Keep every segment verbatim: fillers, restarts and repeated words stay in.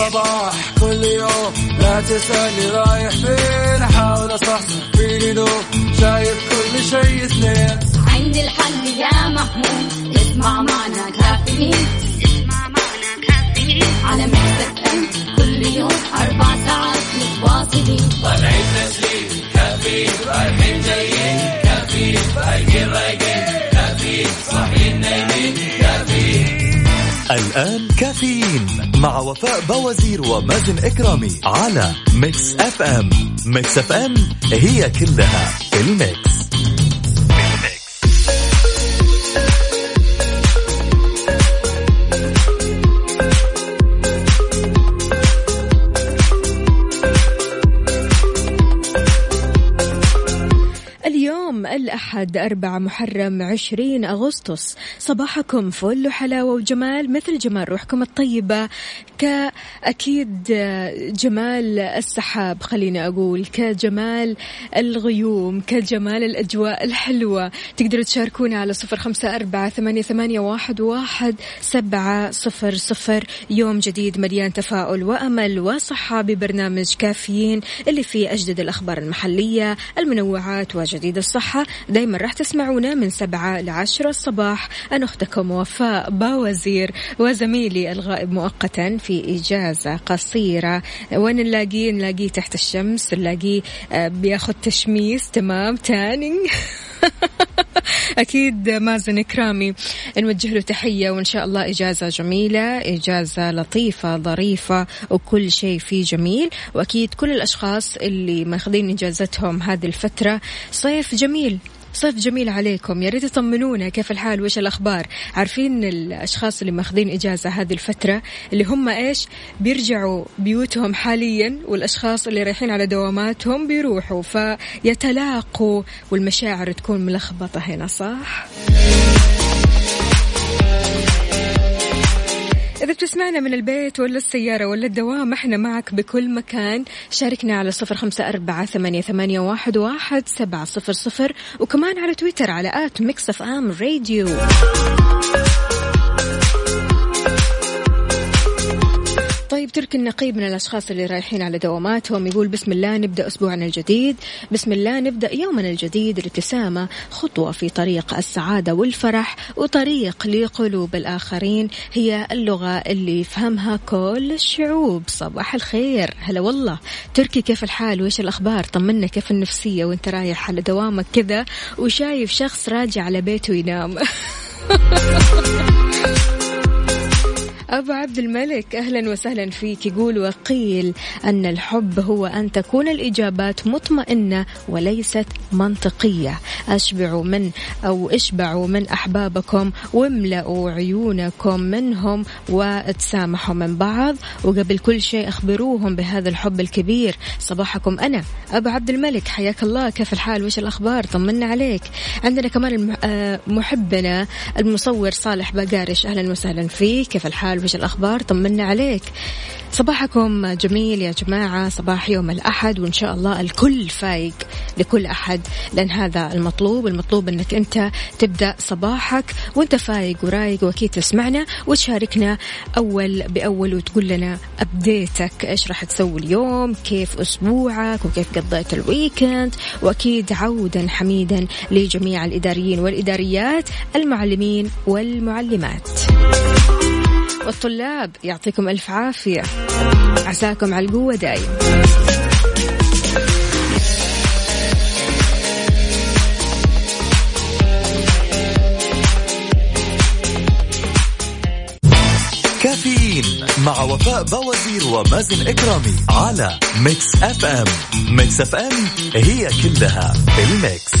الصباح كل يوم، لا تسألني رايح فين، أحاول أصحصح فيني لو شايف كل شيء اثنين. عندي الحل يا محمود، اسمع معنا كافيين، اسمع معنا كافيين على ميكس اف ام كل يوم أربع ساعات متواصلين. طالعين تسليم كافيين، رايحين جايين كافيين، رايقين رايقين كافيين، صاحيين نايمين كافيين. الآن كافيين مع وفاء بوازير ومازن إكرامي على ميكس اف ام. ميكس اف ام هي كلها في الميكس. اليوم الأحد أربعة محرم عشرين أغسطس، صباحكم فل وحلاوة وجمال مثل جمال روحكم الطيبة، كأكيد جمال السحاب، خليني أقول كجمال الغيوم، كجمال الأجواء الحلوة. تقدروا تشاركونا على صفر خمسة أربعة ثمانية ثمانية واحد واحد سبعة صفر صفر. يوم جديد مليان تفاؤل وأمل وصحة ببرنامج كافيين اللي فيه أجدد الأخبار المحلية، المنوعات وجديد الصحة. دايما راح تسمعونا من سبعة لعشرة الصباح. أنا أختكم وفاء باوزير، وزميلي الغائب مؤقتا في إجازة قصيرة. وين نلاقيه؟ نلاقيه تحت الشمس، نلاقيه بياخد تشميس، تمام، تانينج. أكيد مازن إكرامي نوجه له تحية، وإن شاء الله إجازة جميلة، إجازة لطيفة ظريفة وكل شيء فيه جميل. وأكيد كل الأشخاص اللي ماخذين إجازتهم هذه الفترة صيف جميل، صيف جميل عليكم. يا ريت تطمنونا كيف الحال وإيش الأخبار. عارفين الأشخاص اللي ماخذين إجازة هذه الفترة اللي هم إيش بيرجعوا بيوتهم حاليا، والأشخاص اللي رايحين على دواماتهم بيروحوا، فيتلاقوا والمشاعر تكون ملخبطة هنا، صح؟ إذا بتسمعنا من البيت ولا السيارة ولا الدوام، احنا معك بكل مكان. شاركنا على صفر خمسة أربعة ثمانية ثمانية واحد واحد سبعة صفر صفر، وكمان على تويتر على آت ميكس اف ام راديو. طيب، تركي النقيب من الأشخاص اللي رايحين على دواماتهم يقول: بسم الله نبدأ أسبوعنا الجديد، بسم الله نبدأ يومنا الجديد. الابتسامة خطوة في طريق السعادة والفرح وطريق لقلوب الآخرين، هي اللغة اللي يفهمها كل الشعوب. صباح الخير، هلا والله. تركي كيف الحال وإيش الأخبار؟ طمنا كيف النفسية وانت رايح على دوامك كذا وشايف شخص راجع على بيته ينام. أبو عبد الملك أهلا وسهلا فيك، يقول: وقيل أن الحب هو أن تكون الإجابات مطمئنة وليست منطقية. أشبعوا من أو اشبعوا من أحبابكم واملأوا عيونكم منهم وتسامحوا من بعض، وقبل كل شيء أخبروهم بهذا الحب الكبير. صباحكم أنا أبو عبد الملك، حياك الله، كيف الحال وإيش الأخبار؟ طمنا عليك. عندنا كمان محبنا المصور صالح بقارش، أهلا وسهلا فيك، كيف الحال وش الأخبار؟ طمنا عليك. صباحكم جميل يا جماعة، صباح يوم الأحد، وإن شاء الله الكل فايق لكل أحد، لأن هذا المطلوب. المطلوب أنك أنت تبدأ صباحك وأنت فايق ورايق، وأكيد تسمعنا وتشاركنا أول بأول وتقول لنا أبديتك، إيش راح تسوي اليوم، كيف أسبوعك، وكيف قضيت الويكند. وأكيد عودا حميدا لجميع الإداريين والإداريات، المعلمين والمعلمات والطلاب، يعطيكم ألف عافية، عساكم على القوة دايم. كافيين مع وفاء بوازير ومازن إكرامي على ميكس اف ام. ميكس اف ام هي كلها الميكس.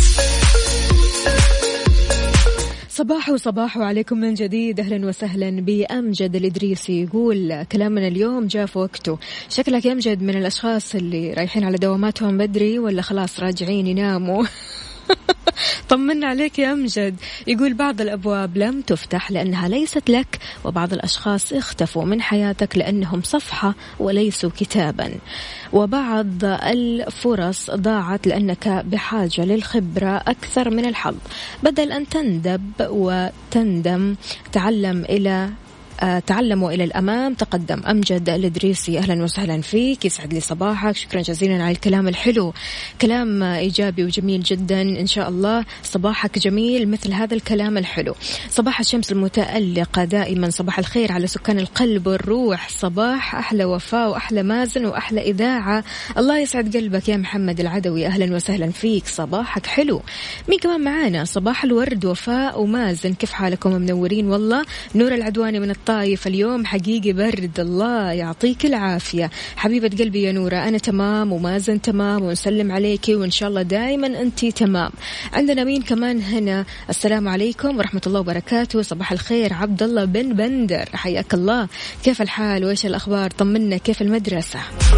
صباح وصباح عليكم من جديد، أهلا وسهلا بأمجد الإدريسي. يقول: كلامنا اليوم جاء في وقته. شكلك يا أمجد من الأشخاص اللي رايحين على دواماتهم بدري ولا خلاص راجعين يناموا؟ طمنا عليك يا أمجد. يقول: بعض الأبواب لم تفتح لأنها ليست لك، وبعض الأشخاص اختفوا من حياتك لأنهم صفحة وليسوا كتابا، وبعض الفرص ضاعت لأنك بحاجة للخبرة أكثر من الحظ. بدل أن تندب وتندم، تعلم إلى تعلم وإلى الأمام تقدم. أمجد الإدريسي أهلا وسهلا فيك، يسعد لي صباحك، شكرا جزيلا على الكلام الحلو، كلام إيجابي وجميل جدا. إن شاء الله صباحك جميل مثل هذا الكلام الحلو. صباح الشمس المتألقة دائما، صباح الخير على سكان القلب والروح، صباح أحلى وفاء وأحلى مازن وأحلى إذاعة. الله يسعد قلبك يا محمد العدوي، أهلا وسهلا فيك، صباحك حلو. مين كمان معانا؟ صباح الورد وفاء ومازن، كيف حالكم؟ منورين والله. نور العدواني من الطايف، اليوم حقيقي برد، الله يعطيك العافية حبيبة قلبي يا نورة. أنا تمام ومازن تمام ونسلم عليكي وإن شاء الله دائما أنتي تمام. عندنا مين كمان هنا؟ السلام عليكم ورحمة الله وبركاته، صباح الخير عبد الله بن بندر، حياك الله، كيف الحال وإيش الأخبار؟ طمنا، كيف المدرسة؟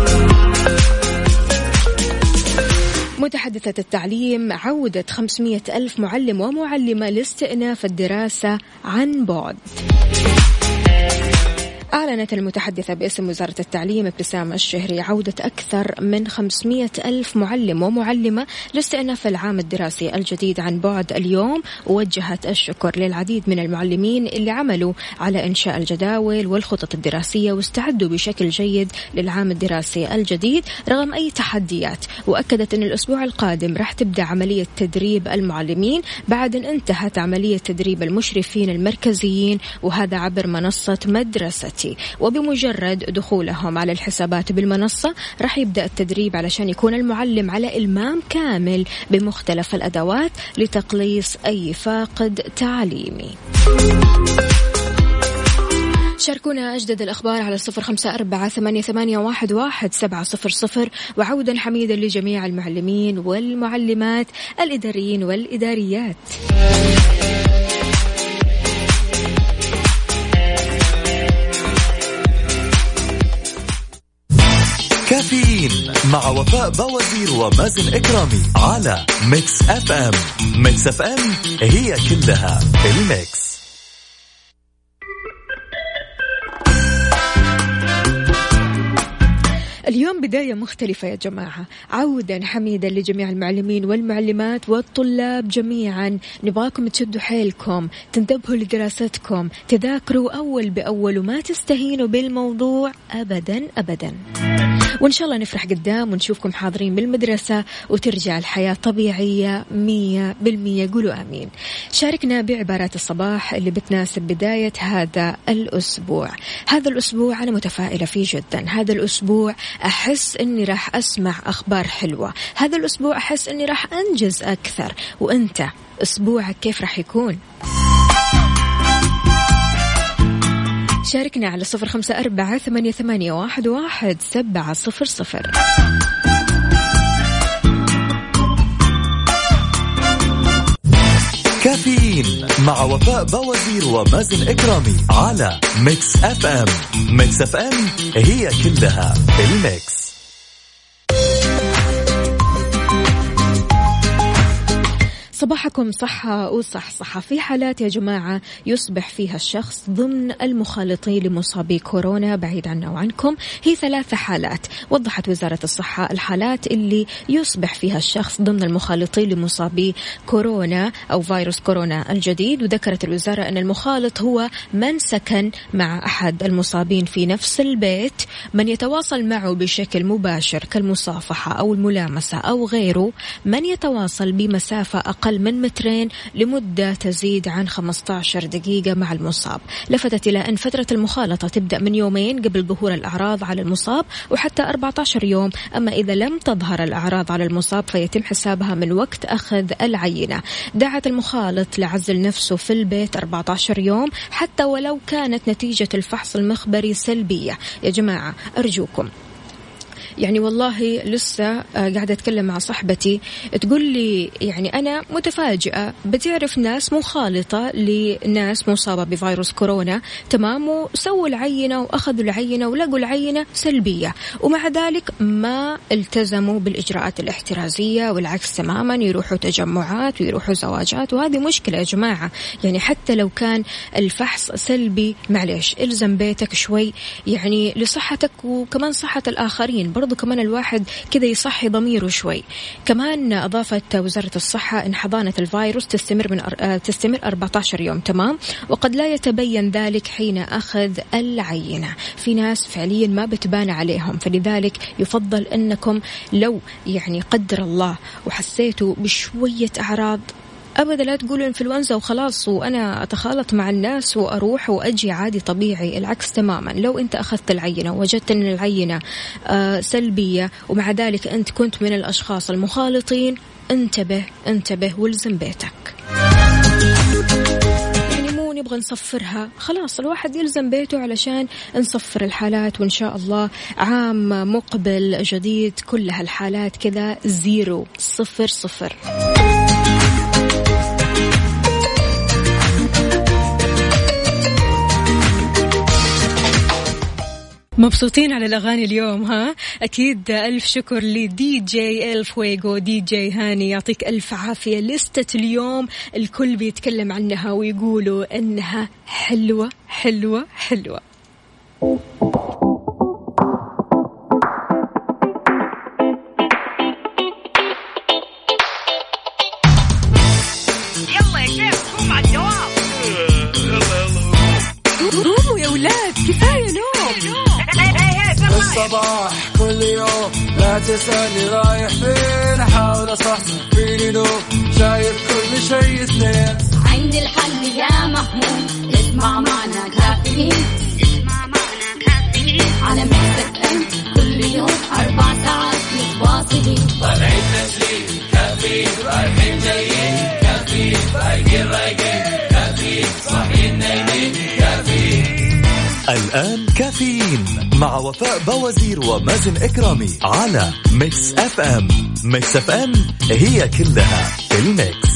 متحدثة التعليم، عودة خمسمائة ألف معلم ومعلمة لاستئناف الدراسة عن بعد. أعلنت المتحدثة باسم وزارة التعليم ابتسام الشهري عودة أكثر من خمسمائة ألف معلم ومعلمة لاستئناف العام الدراسي الجديد عن بعد اليوم، ووجهت الشكر للعديد من المعلمين اللي عملوا على إنشاء الجداول والخطط الدراسية واستعدوا بشكل جيد للعام الدراسي الجديد رغم أي تحديات. وأكدت أن الأسبوع القادم راح تبدأ عملية تدريب المعلمين بعد أن انتهت عملية تدريب المشرفين المركزيين، وهذا عبر منصة مدرستي. وبمجرد دخولهم على الحسابات بالمنصة راح يبدأ التدريب علشان يكون المعلم على إلمام كامل بمختلف الأدوات لتقليص أي فاقد تعليمي. شاركونا أجدد الأخبار على صفر خمسة أربعة ثمانية ثمانية واحد واحد سبعة صفر صفر. وعودا حميدا لجميع المعلمين والمعلمات الإداريين والإداريات. كافيين مع وفاء بوازير ومازن إكرامي على ميكس اف ام. ميكس اف ام هي كلها الميكس. اليوم بداية مختلفة يا جماعة، عودا حميدا لجميع المعلمين والمعلمات والطلاب جميعا. نبغاكم تشدوا حيلكم، تنتبهوا لدراستكم، تذاكروا أول بأول وما تستهينوا بالموضوع أبدا أبدا. وإن شاء الله نفرح قدام ونشوفكم حاضرين بالمدرسة وترجع الحياة طبيعية مية بالمية. قولوا آمين. شاركنا بعبارات الصباح اللي بتناسب بداية هذا الأسبوع. هذا الأسبوع أنا متفائلة فيه جدا. هذا الأسبوع أحس أني راح أسمع أخبار حلوة. هذا الأسبوع أحس أني راح أنجز أكثر. وأنت أسبوعك كيف راح يكون؟ شاركنا على صفر خمسة أربعة ثمانية ثمانية واحد واحد سبعة صفر صفر. كافيين مع وفاء بوازير ومازن إكرامي على ميكس اف ام. ميكس اف ام هي كلها الميكس. صباحكم صحة وصح صحة. في حالات يا جماعة يصبح فيها الشخص ضمن المخالطين لمصابي كورونا بعيد عنا وعنكم. هي ثلاثة حالات وضحت وزارة الصحة الحالات اللي يصبح فيها الشخص ضمن المخالطين لمصابي كورونا أو فيروس كورونا الجديد. وذكرت الوزارة أن المخالط هو من سكن مع أحد المصابين في نفس البيت، من يتواصل معه بشكل مباشر كالمصافحة أو الملامسة أو غيره، من يتواصل بمسافة أقل من مترين لمدة تزيد عن خمسة عشر دقيقة مع المصاب. لفتت إلى أن فترة المخالطة تبدأ من يومين قبل ظهور الأعراض على المصاب وحتى أربعة عشر يوم. أما إذا لم تظهر الأعراض على المصاب فيتم حسابها من وقت أخذ العينة. دعت المخالط لعزل نفسه في البيت أربعة عشر يوم حتى ولو كانت نتيجة الفحص المخبري سلبية. يا جماعة أرجوكم، يعني والله لسه قاعدة أتكلم مع صاحبتي تقول لي يعني أنا متفاجئة، بتعرف ناس مخالطة لناس مصابة بفيروس كورونا تمام، وسووا العينة وأخذوا العينة ولقوا العينة سلبية ومع ذلك ما التزموا بالإجراءات الاحترازية، والعكس تماما يروحوا تجمعات ويروحوا زواجات. وهذه مشكلة يا جماعة. يعني حتى لو كان الفحص سلبي معليش الزم بيتك شوي يعني لصحتك وكمان صحة الآخرين. برضو كمان الواحد كذا يصحي ضميره شوي. كمان أضافت وزارة الصحة إن حضانة الفيروس تستمر من أر... تستمر أربعة عشر يوم، تمام، وقد لا يتبين ذلك حين أخذ العينة. في ناس فعليا ما بتبان عليهم، فلذلك يفضل أنكم لو يعني قدر الله وحسيتوا بشوية أعراض، أبدا لا تقولوا إنفلونزا وخلاص وأنا أتخالط مع الناس وأروح وأجي عادي طبيعي. العكس تماما. لو أنت أخذت العينة ووجدت أن العينة آه سلبية ومع ذلك أنت كنت من الأشخاص المخالطين، انتبه انتبه والزم بيتك. يعني مو نبغى نصفرها، خلاص الواحد يلزم بيته علشان نصفر الحالات، وإن شاء الله عام مقبل جديد كل هالحالات كذا زيرو، صفر صفر. مبسوطين على الأغاني اليوم ها؟ أكيد ألف شكر لدي جي الفويغو، دي جي هاني، يعطيك ألف عافية. لستة اليوم الكل بيتكلم عنها ويقولوا إنها حلوة حلوة حلوة. يلا يا شيخ قوم على الدوام. قوموا يا ولاد، كفاية نوم. الصباح كل يوم لا تسألني رايح فين، أحاول أصحصح فيني نوم، شايف كل شيء سنين. عندي الحل يا محمود، اسمع معنا كافيين، اسمع معنا كافيين على ميكس اف ام كل يوم أربع ساعات متواصلين. طالعين تسليم كافيين، رايحين جايين كافيين، رايقين رايقين كافيين، صاحيين نايمين كافيين. الآن كافيين مع وفاء بوازير ومازن إكرامي على ميكس اف ام. ميكس اف ام هي كلها في الميكس.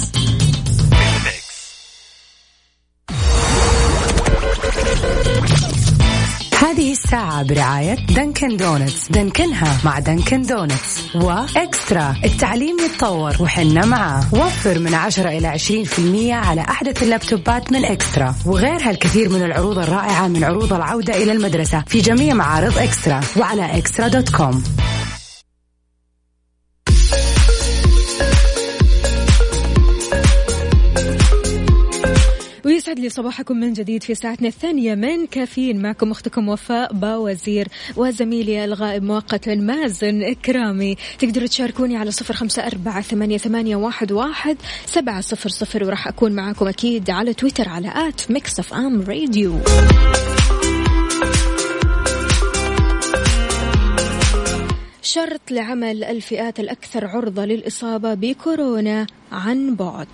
هذه الساعة برعاية دانكن دونتس، دانكنها مع دانكن دونتس، وإكسترا التعليم يتطور وحنا معاه. وفر من عشرة إلى عشرين في المية على أحدث اللابتوبات من إكسترا، وغيرها الكثير من العروض الرائعة من عروض العودة إلى المدرسة في جميع معارض إكسترا وعلى إكسترا دوت كوم. ويسعد لي صباحكم من جديد في ساعتنا الثانية من كافيين. معكم أختكم وفاء باوزير وزميلي الغائب مؤقتا مازن إكرامي. تقدروا تشاركوني على صفر خمسة أربعة ثمانية ثمانية واحد واحد سبعة صفر صفر، وراح أكون معكم أكيد على تويتر على آت ميكس أف أم راديو. شرط لعمل الفئات الأكثر عرضة للإصابة بكورونا عن بعد.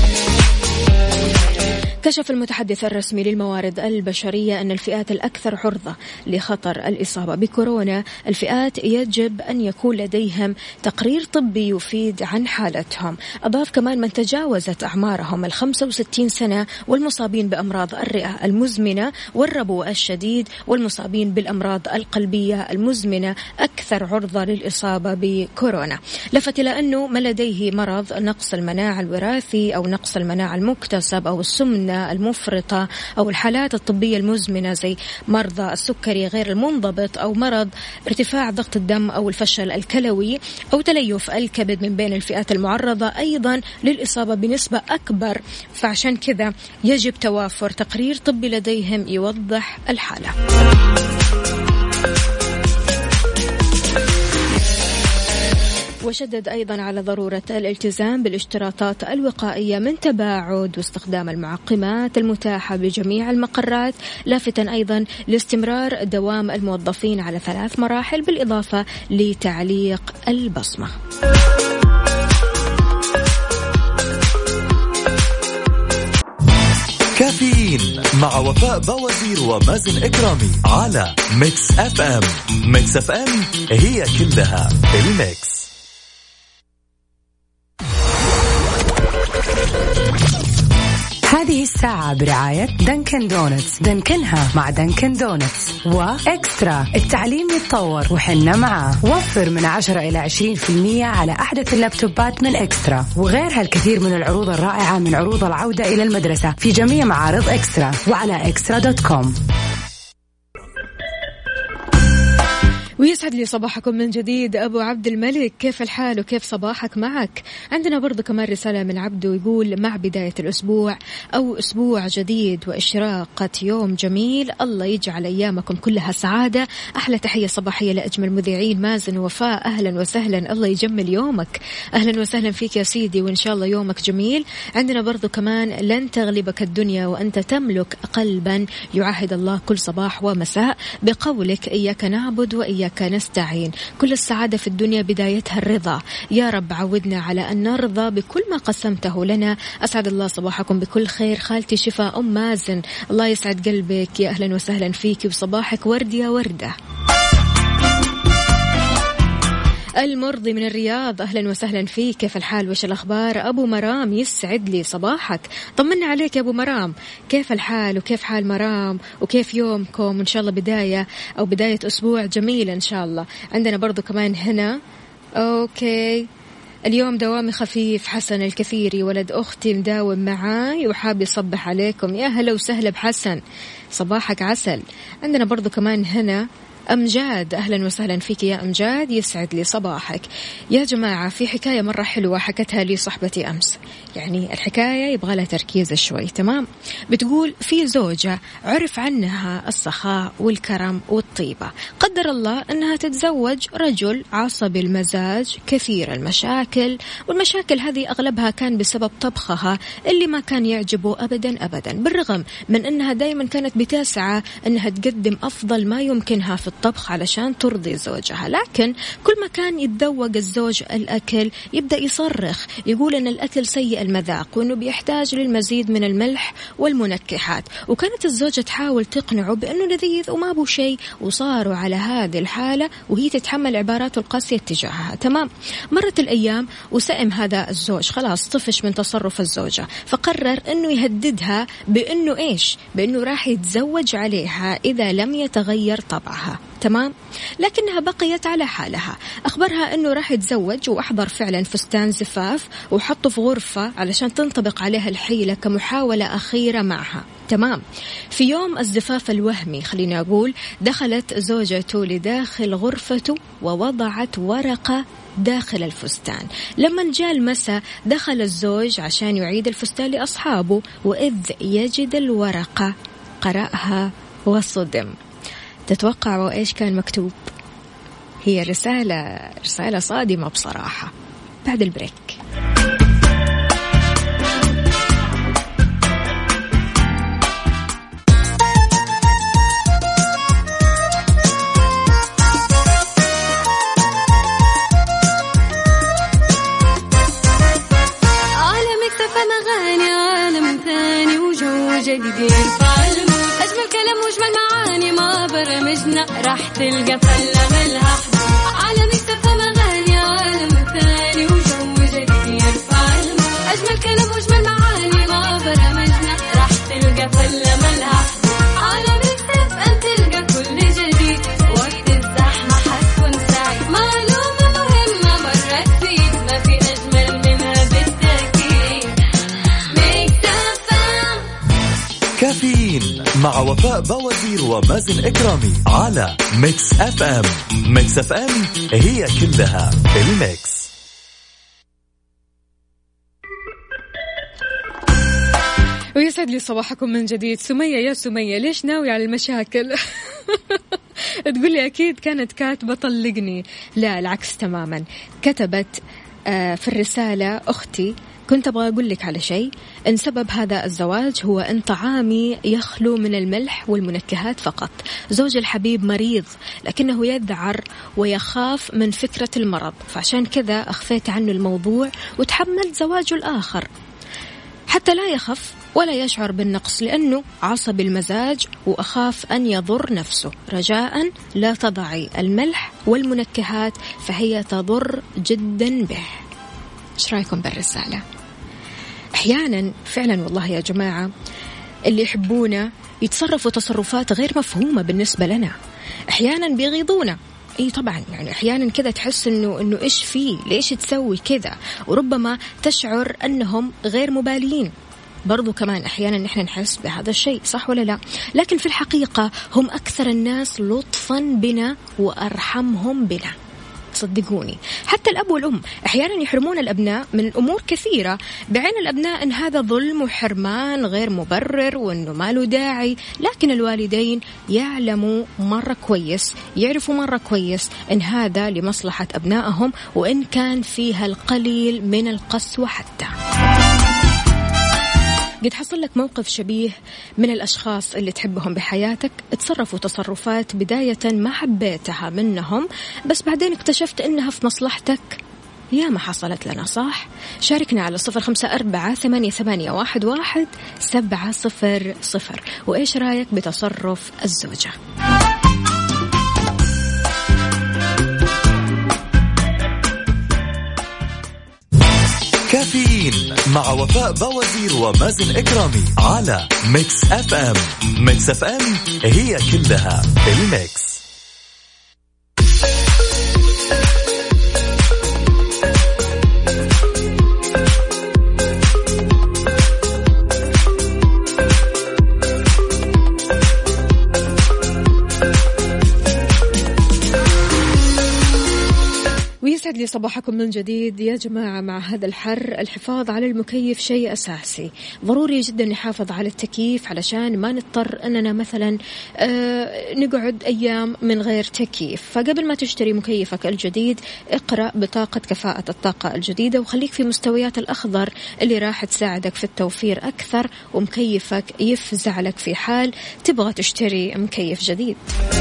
كشف المتحدث الرسمي للموارد البشرية أن الفئات الأكثر عرضة لخطر الإصابة بكورونا الفئات يجب أن يكون لديهم تقرير طبي يفيد عن حالتهم. أضاف كمان من تجاوزت أعمارهم الخمسة وستين سنة والمصابين بأمراض الرئة المزمنة والربو الشديد والمصابين بالأمراض القلبية المزمنة أكثر عرضة للإصابة بكورونا. لفت إلى أنه ما لديه مرض نقص المناعة الوراثي أو نقص المناعة المكتسب أو السمنة المفرطة أو الحالات الطبية المزمنة زي مرضى السكري غير المنضبط أو مرض ارتفاع ضغط الدم أو الفشل الكلوي أو تليف الكبد من بين الفئات المعرضة أيضا للإصابة بنسبة أكبر. فعشان كذا يجب توافر تقرير طبي لديهم يوضح الحالة. وشدد أيضا على ضرورة الالتزام بالاشتراطات الوقائية من تباعد واستخدام المعقمات المتاحة بجميع المقرات، لافتاً أيضا لاستمرار دوام الموظفين على ثلاث مراحل بالإضافة لتعليق البصمة. كافيين مع وفاء بوازير ومازن إكرامي على ميكس اف ام. ميكس اف ام هي كلها الميكس. هذه الساعة برعاية دانكن دونتس، دانكنها مع دانكن دونتس، وإكسترا التعليم يتطور وحنا معاه. وفر من عشرة إلى عشرين في المية على أحدث اللابتوبات من إكسترا وغيرها الكثير من العروض الرائعة من عروض العودة إلى المدرسة في جميع معارض إكسترا وعلى إكسترا دوت كوم. ويسعد لي صباحكم من جديد. أبو عبد الملك، كيف الحال وكيف صباحك معك؟ عندنا برضو كمان رسالة من عبدو يقول مع بداية الأسبوع أو أسبوع جديد وإشراقة يوم جميل، الله يجعل أيامكم كلها سعادة. أحلى تحية صباحية لأجمل مذيعين مازن ووفاء، أهلا وسهلا، الله يجمل يومك. أهلا وسهلا فيك يا سيدي، وإن شاء الله يومك جميل. عندنا برضو كمان لن تغلبك الدنيا وأنت تملك قلبا يعاهد الله كل صباح ومساء بقولك إياك نعبد وإياك نستعين. كل السعادة في الدنيا بدايتها الرضا، يا رب عودنا على أن نرضى بكل ما قسمته لنا. أسعد الله صباحكم بكل خير. خالتي شفاء أم مازن، الله يسعد قلبك، يا أهلا وسهلا فيك وصباحك ورد يا وردة. المرضي من الرياض، أهلا وسهلا فيك، كيف الحال وش الأخبار؟ أبو مرام، يسعد لي صباحك، طمنا عليك يا أبو مرام، كيف الحال وكيف حال مرام وكيف يومكم؟ إن شاء الله بداية أو بداية أسبوع جميلة إن شاء الله. عندنا برضو كمان هنا أوكي اليوم دوامي خفيف، حسن الكثيري ولد أختي مداوم معاي وحاب يصبح عليكم، يا هلا وسهلا بحسن، صباحك عسل. عندنا برضو كمان هنا أمجاد، أهلا وسهلا فيك يا أمجاد، يسعد لي صباحك. يا جماعة في حكاية مرة حلوة حكتها لي صحبتي أمس، يعني الحكاية يبغى لها تركيز شوي، تمام؟ بتقول في زوجة عرف عنها السخاء والكرم والطيبة، قدر الله أنها تتزوج رجل عصبي المزاج كثير المشاكل، والمشاكل هذه أغلبها كان بسبب طبخها اللي ما كان يعجبه أبدا أبدا، بالرغم من أنها دايما كانت بتسعى أنها تقدم أفضل ما يمكنها في الطبخ علشان ترضي زوجها، لكن كل ما كان يتذوق الزوج الأكل يبدأ يصرخ، يقول أن الأكل سيء المذاق وأنه بيحتاج للمزيد من الملح والمنكهات، وكانت الزوجة تحاول تقنعه بأنه لذيذ وما بو شيء، وصاروا على هذه الحالة وهي تتحمل عباراته القاسية تجاهها. تمام، مرت الأيام وسئم هذا الزوج، خلاص طفش من تصرف الزوجة، فقرر أنه يهددها بأنه إيش؟ بأنه راح يتزوج عليها إذا لم يتغير طبعها. تمام، لكنها بقيت على حالها، أخبرها أنه راح يتزوج وأحضر فعلا فستان زفاف وحطه في غرفة علشان تنطبق عليها الحيلة كمحاولة أخيرة معها. تمام، في يوم الزفاف الوهمي خليني أقول، دخلت زوجته لداخل غرفته ووضعت ورقة داخل الفستان. لما جاء المساء دخل الزوج عشان يعيد الفستان لأصحابه، وإذ يجد الورقة قرأها وصدم. تتوقعوا إيش كان مكتوب؟ هي رسالة رسالة صادمة بصراحة. بعد البريك. عالم اكتفى مغاني، عالم ثاني وجو جديد، أجمل كلام وأجمل معاني، ما برمجنا راح تلقى فلة ملها حدود. عالم اكتفى مغاني، عالم ثاني وجو جديد يرفع الموج، أجمل كلام وأجمل معاني، ما برمجنا راح تلقى فلة ملها حدود. عالم اكتفى أن تلقى كل جديد، وقت الزحمة حتكون سعيد، معلومة مهمة مرة تفيد، ما في أجمل منها بالتأكيد. مكتفى كافيين مع وفاء بوازير ومازن إكرامي على ميكس اف ام. ميكس اف ام هي كلها الميكس. ويسعد لي صباحكم من جديد. سمية، يا سمية ليش ناوي على المشاكل؟ تقولي أكيد كانت كاتبة طلقني. لا العكس تماما، كتبت في الرسالة أختي كنت أبغى أقول لك على شيء، إن سبب هذا الزواج هو أن طعامي يخلو من الملح والمنكهات فقط. زوج الحبيب مريض لكنه يذعر ويخاف من فكرة المرض، فعشان كذا أخفيت عنه الموضوع وتحملت زواجه الآخر حتى لا يخف ولا يشعر بالنقص، لأنه عصبي المزاج وأخاف أن يضر نفسه. رجاء لا تضعي الملح والمنكهات فهي تضر جدا به. إيش رأيكم بالرسالة؟ أحيانا فعلا والله يا جماعة اللي يحبونا يتصرفوا تصرفات غير مفهومة بالنسبة لنا، أحيانا بيغيظونا. اي طبعا، يعني احيانا كذا تحس انه انه ايش فيه، ليش تسوي كذا، وربما تشعر انهم غير مبالين. برضو كمان أحيانا نحن نحس بهذا الشيء، صح ولا لا؟ لكن في الحقيقة هم أكثر الناس لطفا بنا وأرحمهم بنا. صدقوني حتى الأب والأم أحيانا يحرمون الأبناء من أمور كثيرة بعين الأبناء أن هذا ظلم وحرمان غير مبرر وأنه ما له داعي، لكن الوالدين يعلموا مرة كويس، يعرفوا مرة كويس أن هذا لمصلحة أبنائهم وإن كان فيها القليل من القسوة. حتى قد حصل لك موقف شبيه من الأشخاص اللي تحبهم بحياتك، تصرفوا تصرفات بداية ما حبيتها منهم بس بعدين اكتشفت إنها في مصلحتك؟ يا ما حصلت لنا، صح؟ شاركنا على صفر خمسة أربعة ثمانية ثمانية واحد واحد سبعة صفر صفر. وإيش رأيك بتصرف الزوجة؟ كافيين مع وفاء بوازير ومازن إكرامي على ميكس أف أم. ميكس أف أم هي كلها الميكس. يسعد لي صباحكم من جديد يا جماعة. مع هذا الحر الحفاظ على المكيف شيء أساسي، ضروري جدا نحافظ على التكييف علشان ما نضطر أننا مثلا آه نقعد أيام من غير تكييف. فقبل ما تشتري مكيفك الجديد اقرأ بطاقة كفاءة الطاقة الجديدة وخليك في مستويات الأخضر اللي راح تساعدك في التوفير أكثر، ومكيفك يفزع لك في حال تبغى تشتري مكيف جديد.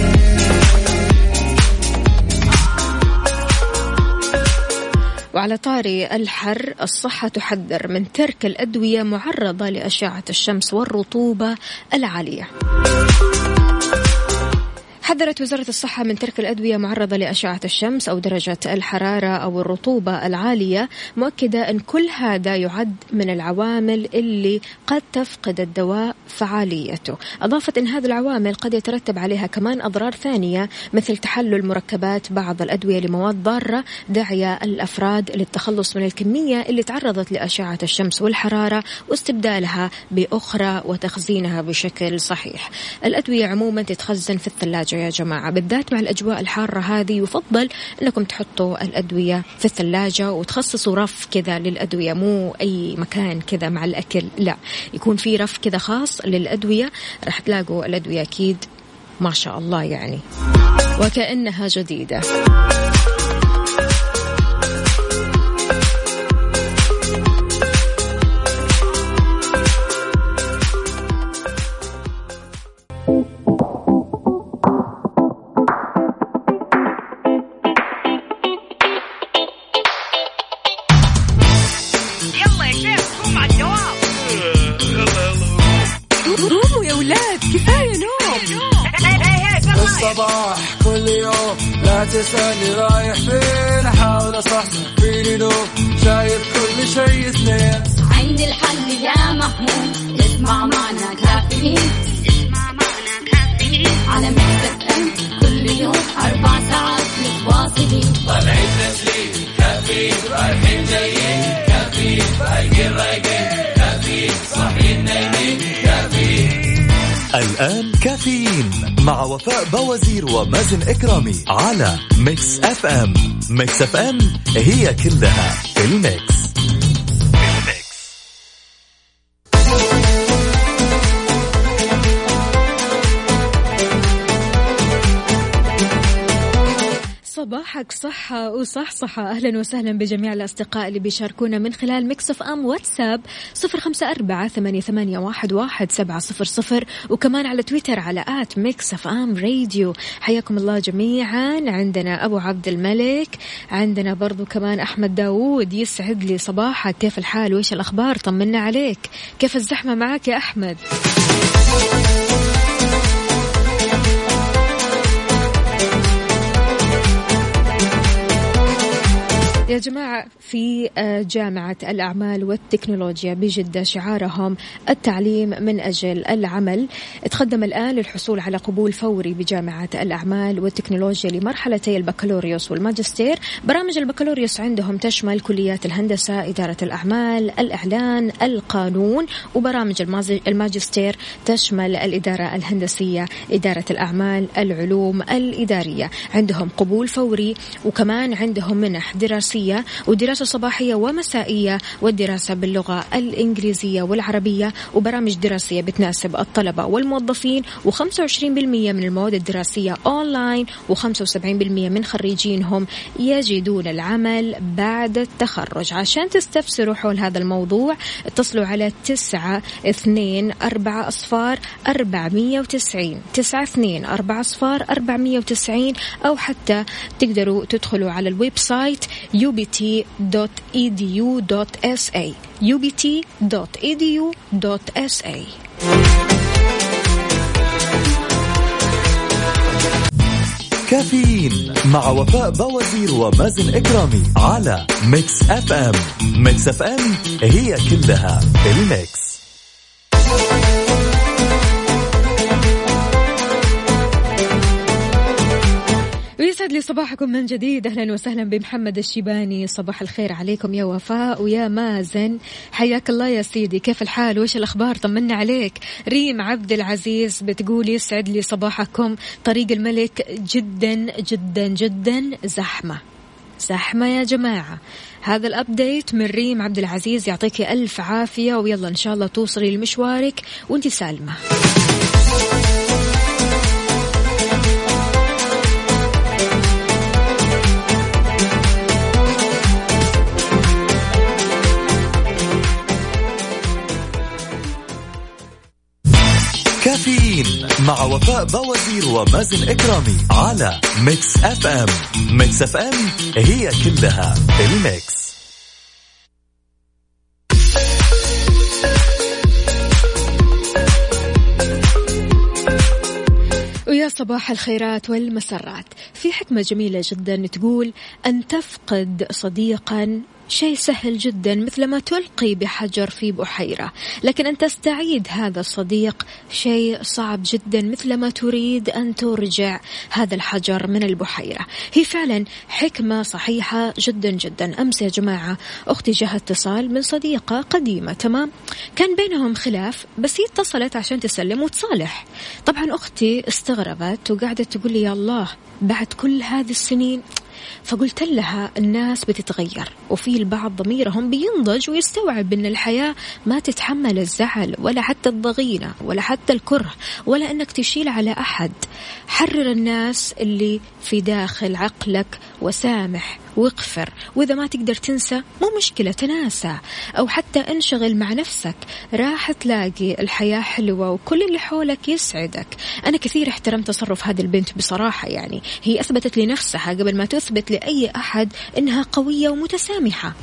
وعلى طاري الحر، الصحة تحذر من ترك الأدوية معرضة لأشعة الشمس والرطوبة العالية. حذرت وزارة الصحة من ترك الأدوية معرضة لأشعة الشمس أو درجة الحرارة أو الرطوبة العالية، مؤكدة أن كل هذا يعد من العوامل اللي قد تفقد الدواء فعاليته. أضافت أن هذه العوامل قد يترتب عليها كمان أضرار ثانية مثل تحلل مركبات بعض الأدوية لمواد ضارة، داعية الأفراد للتخلص من الكمية اللي تعرضت لأشعة الشمس والحرارة واستبدالها بأخرى وتخزينها بشكل صحيح. الأدوية عموما تتخزن في الثلاجة يا جماعة، بالذات مع الأجواء الحارة هذه يفضل أنكم تحطوا الأدوية في الثلاجة وتخصصوا رف كذا للأدوية، مو أي مكان كذا مع الأكل، لا، يكون في رف كذا خاص للأدوية. رح تلاقوا الأدوية أكيد ما شاء الله يعني وكأنها جديدة. الصباح كل يوم لا تسألني رايح فين، أحاول أصحصح فيني نوم، شايف كل شيء اثنين، عندي الحل يا محمود، اسمع معنا كافيين، اسمع معنا كافيين على ميكس أف أم كل يوم أربع ساعات متواصلين، طالعين تسليم كافيين رايحين جايين كافيين فايقين رايقين كافيين صاحيين نايمين كافيين. الآن كافيين مع وفاء بوازير ومازن إكرامي على ميكس أف أم. ميكس أف أم هي كلها الميكس. صباحك صحة وصحصحة. أهلا وسهلا بجميع الأصدقاء اللي بيشاركونا من خلال ميكس أف أم واتساب صفر خمسة أربعة ثمانية ثمانية واحد واحد سبعة صفر صفر، وكمان على تويتر على آت ميكس أف أم راديو. حياكم الله جميعا. عندنا أبو عبد الملك، عندنا برضو كمان أحمد داود. يسعد لي صباحك، كيف الحال وإيش الأخبار؟ طمنا عليك، كيف الزحمة معك يا أحمد؟ يا جماعة في جامعة الأعمال والتكنولوجيا بجدة شعارهم التعليم من أجل العمل. تقدم الآن للحصول على قبول فوري بجامعة الأعمال والتكنولوجيا لمرحلتي البكالوريوس والماجستير. برامج البكالوريوس عندهم تشمل كليات الهندسة، إدارة الأعمال، الإعلان، القانون، وبرامج الماجستير تشمل الإدارة الهندسية، إدارة الأعمال، العلوم الإدارية. عندهم قبول فوري، وكمان عندهم منح دراسية ودراسة صباحية ومسائية والدراسة باللغة الإنجليزية والعربية، وبرامج دراسية بتناسب الطلبة والموظفين، وخمسة وعشرين بالمئة من المواد الدراسية أونلاين، وخمسة وسبعين بالمئة من خريجينهم يجدون العمل بعد التخرج. عشان تستفسروا حول هذا الموضوع اتصلوا على تسعة اثنين أربعة أصفار أربعمية وتسعين تسعة اثنين أربعة أصفار أربعمية وتسعين، أو حتى تقدروا تدخلوا على الويب سايت يو بي تي دوت إي دي يو دوت إس إيه يو بي تي دوت إي دي يو دوت إس إيه. كافيين مع وفاء بوازير ومازن إكرامي على ميكس أف أم. ميكس أف أم هي كلها الميكس. ويسعد لي صباحكم من جديد. أهلا وسهلا بمحمد الشيباني. صباح الخير عليكم يا وفاء ويا مازن، حياك الله يا سيدي. كيف الحال وإيش الأخبار؟ طمنا عليك. ريم عبد العزيز بتقول يسعد لي صباحكم، طريق الملك جدا جدا جدا زحمة زحمة يا جماعة. هذا الأبديت من ريم عبد العزيز، يعطيك ألف عافية، ويلا إن شاء الله توصلي لمشوارك وانتي سالمة. كافيين مع وفاء بوازير ومازن إكرامي على ميكس أف أم. ميكس أف أم هي كلها الميكس. ويا صباح الخيرات والمسرات. في حكمة جميلة جدا تقول أن تفقد صديقا شيء سهل جدا مثل ما تلقي بحجر في بحيرة، لكن أن تستعيد هذا الصديق شيء صعب جدا مثل ما تريد أن ترجع هذا الحجر من البحيرة. هي فعلا حكمة صحيحة جدا جدا. أمس يا جماعة أختي جاها اتصال من صديقة قديمة، تمام، كان بينهم خلاف، بس هي اتصلت عشان تسلم وتصالح. طبعا أختي استغربت وقعدت تقول لي يا الله بعد كل هذه السنين. فقلت لها الناس بتتغير، وفي البعض ضميرهم بينضج ويستوعب أن الحياة ما تتحمل الزعل ولا حتى الضغينة ولا حتى الكره ولا أنك تشيل على أحد. حرر الناس اللي في داخل عقلك وسامح واغفر، وإذا ما تقدر تنسى مو مشكلة، تناسى أو حتى انشغل مع نفسك، راح تلاقي الحياة حلوة وكل اللي حولك يسعدك. أنا كثير احترمت تصرف هذه البنت بصراحة، يعني هي أثبتت لنفسها قبل ما تثبت لأي أحد إنها قوية ومتسامحة.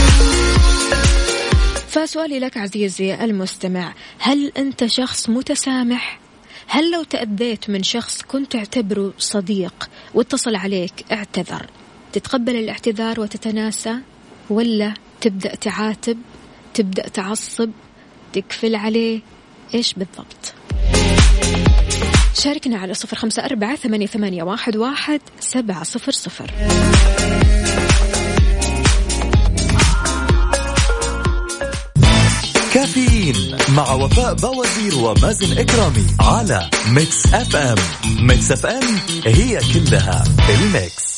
فسؤالي لك عزيزي المستمع، هل أنت شخص متسامح؟ هل لو تأذيت من شخص كنت تعتبره صديق واتصل عليك اعتذر، تتقبل الاعتذار وتتناسى، ولا تبدأ تعاتب، تبدأ تعصب، تكفل عليه؟ إيش بالضبط؟ شاركنا على صفر خمسة أربعة ثمانية ثمانية واحد واحد سبعة صفر صفر. كافيين مع وفاء بوازير ومازن إكرامي على ميكس أف أم. ميكس أف أم هي كلها الميكس.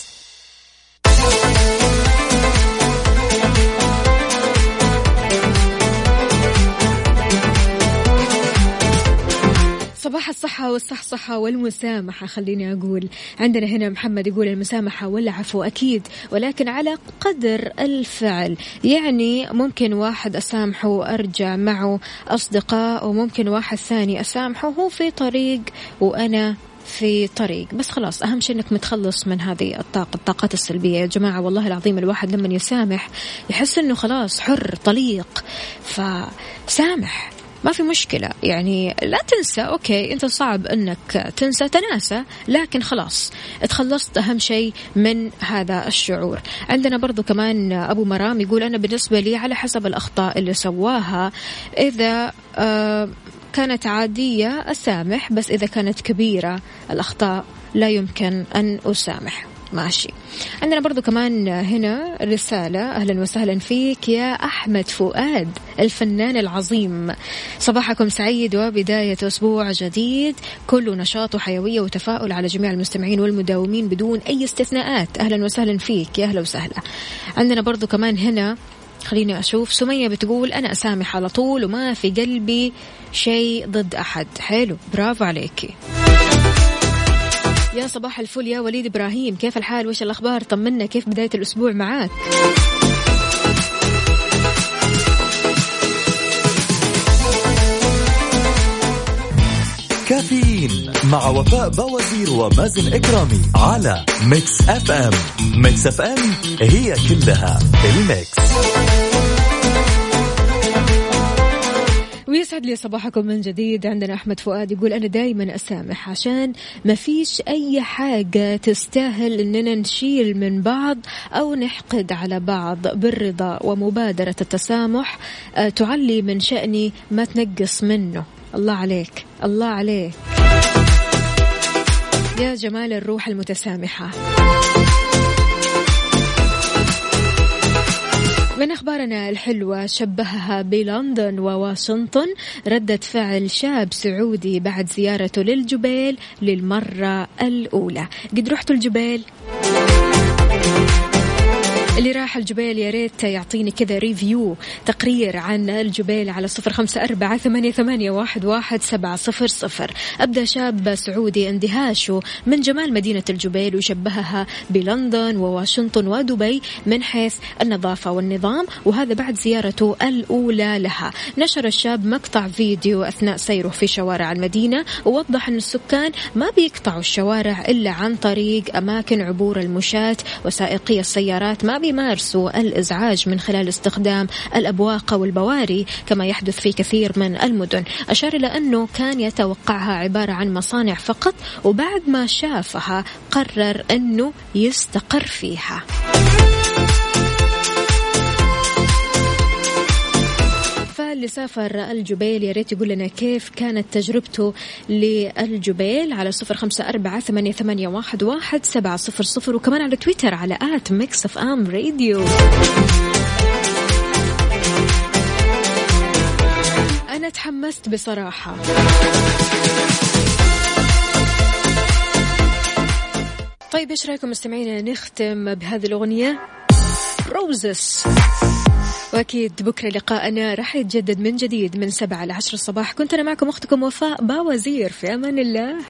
صباح الصحة والصحصحة والمسامحة. خليني أقول عندنا هنا محمد يقول المسامحة والعفو أكيد، ولكن على قدر الفعل. يعني ممكن واحد أسامحه وأرجع معه أصدقاء، وممكن واحد ثاني أسامحه وهو في طريق وأنا في طريق، بس خلاص أهم شيء أنك متخلص من هذه الطاقة الطاقات السلبية. يا جماعة والله العظيم الواحد لما يسامح يحس أنه خلاص حر طليق، فسامح ما في مشكلة، يعني لا تنسى. أوكي أنت صعب أنك تنسى، تناسى، لكن خلاص اتخلصت أهم شيء من هذا الشعور. عندنا برضو كمان أبو مرام يقول أنا بالنسبة لي على حسب الأخطاء اللي سواها، إذا آه كانت عادية أسامح، بس إذا كانت كبيرة الأخطاء لا يمكن أن أسامح. ماشي. عندنا برضو كمان هنا رسالة، أهلا وسهلا فيك يا أحمد فؤاد الفنان العظيم، صباحكم سعيد وبداية أسبوع جديد كله نشاط وحيوية وتفاؤل على جميع المستمعين والمداومين بدون أي استثناءات. أهلا وسهلا فيك، يا أهلا وسهلا. عندنا برضو كمان هنا، خليني أشوف، سمية بتقول أنا أسامح على طول وما في قلبي شيء ضد أحد. حلو، برافو عليكي. يا صباح الفل يا وليد إبراهيم، كيف الحال وإيش الأخبار؟ طمنا، كيف بداية الأسبوع معاك؟ كافيين مع وفاء بوازير ومازن إكرامي على ميكس أف أم. ميكس أف أم هي كلها الميكس. ويسعد لي صباحكم من جديد. عندنا أحمد فؤاد يقول أنا دايما أسامح عشان ما فيش أي حاجة تستاهل إننا نشيل من بعض أو نحقد على بعض. بالرضا ومبادرة التسامح تعلي من شأني ما تنقص منه. الله عليك، الله عليك يا جمال الروح المتسامحة. من أخبارنا الحلوة، شبهها بلندن وواشنطن ردة فعل شاب سعودي بعد زيارته للجبال للمرة الأولى. قد رحتوا الجبال؟ اللي راح الجبال يا ريت يعطيني كذا ريفيو، تقرير عن الجبال على صفر خمسة أربعة ثمانية ثمانية واحد واحد سبعة صفر صفر. أبدأ شاب سعودي اندهاشه من جمال مدينة الجبال وشبهها بلندن وواشنطن ودبي من حيث النظافة والنظام، وهذا بعد زيارته الأولى لها. نشر الشاب مقطع فيديو أثناء سيره في شوارع المدينة، ووضح أن السكان ما بيقطعوا الشوارع إلا عن طريق أماكن عبور المشاة، وسائقي السيارات ما بيمارسوا الإزعاج من خلال استخدام الأبواق والبواري كما يحدث في كثير من المدن. أشار إلى أنه كان يتوقعها عبارة عن مصانع فقط، وبعد ما شافها قرر أنه يستقر فيها. فاللي سافر الجبال يا ريت يقول لنا كيف كانت تجربته للجبال على صفر خمسة أربعة ثمانية ثمانية واحد واحد سبعة صفر صفر، وكمان على تويتر على آت ميكس أف أم راديو. أنا تحمست بصراحة. طيب إيش رأيكم مستمعينا نختم بهذه الأغنية روزس؟ وأكيد بكرة لقاءنا راح يتجدد من جديد من سبعة لعشر الصباح. كنت أنا معكم أختكم وفاء باوزير، في أمان الله.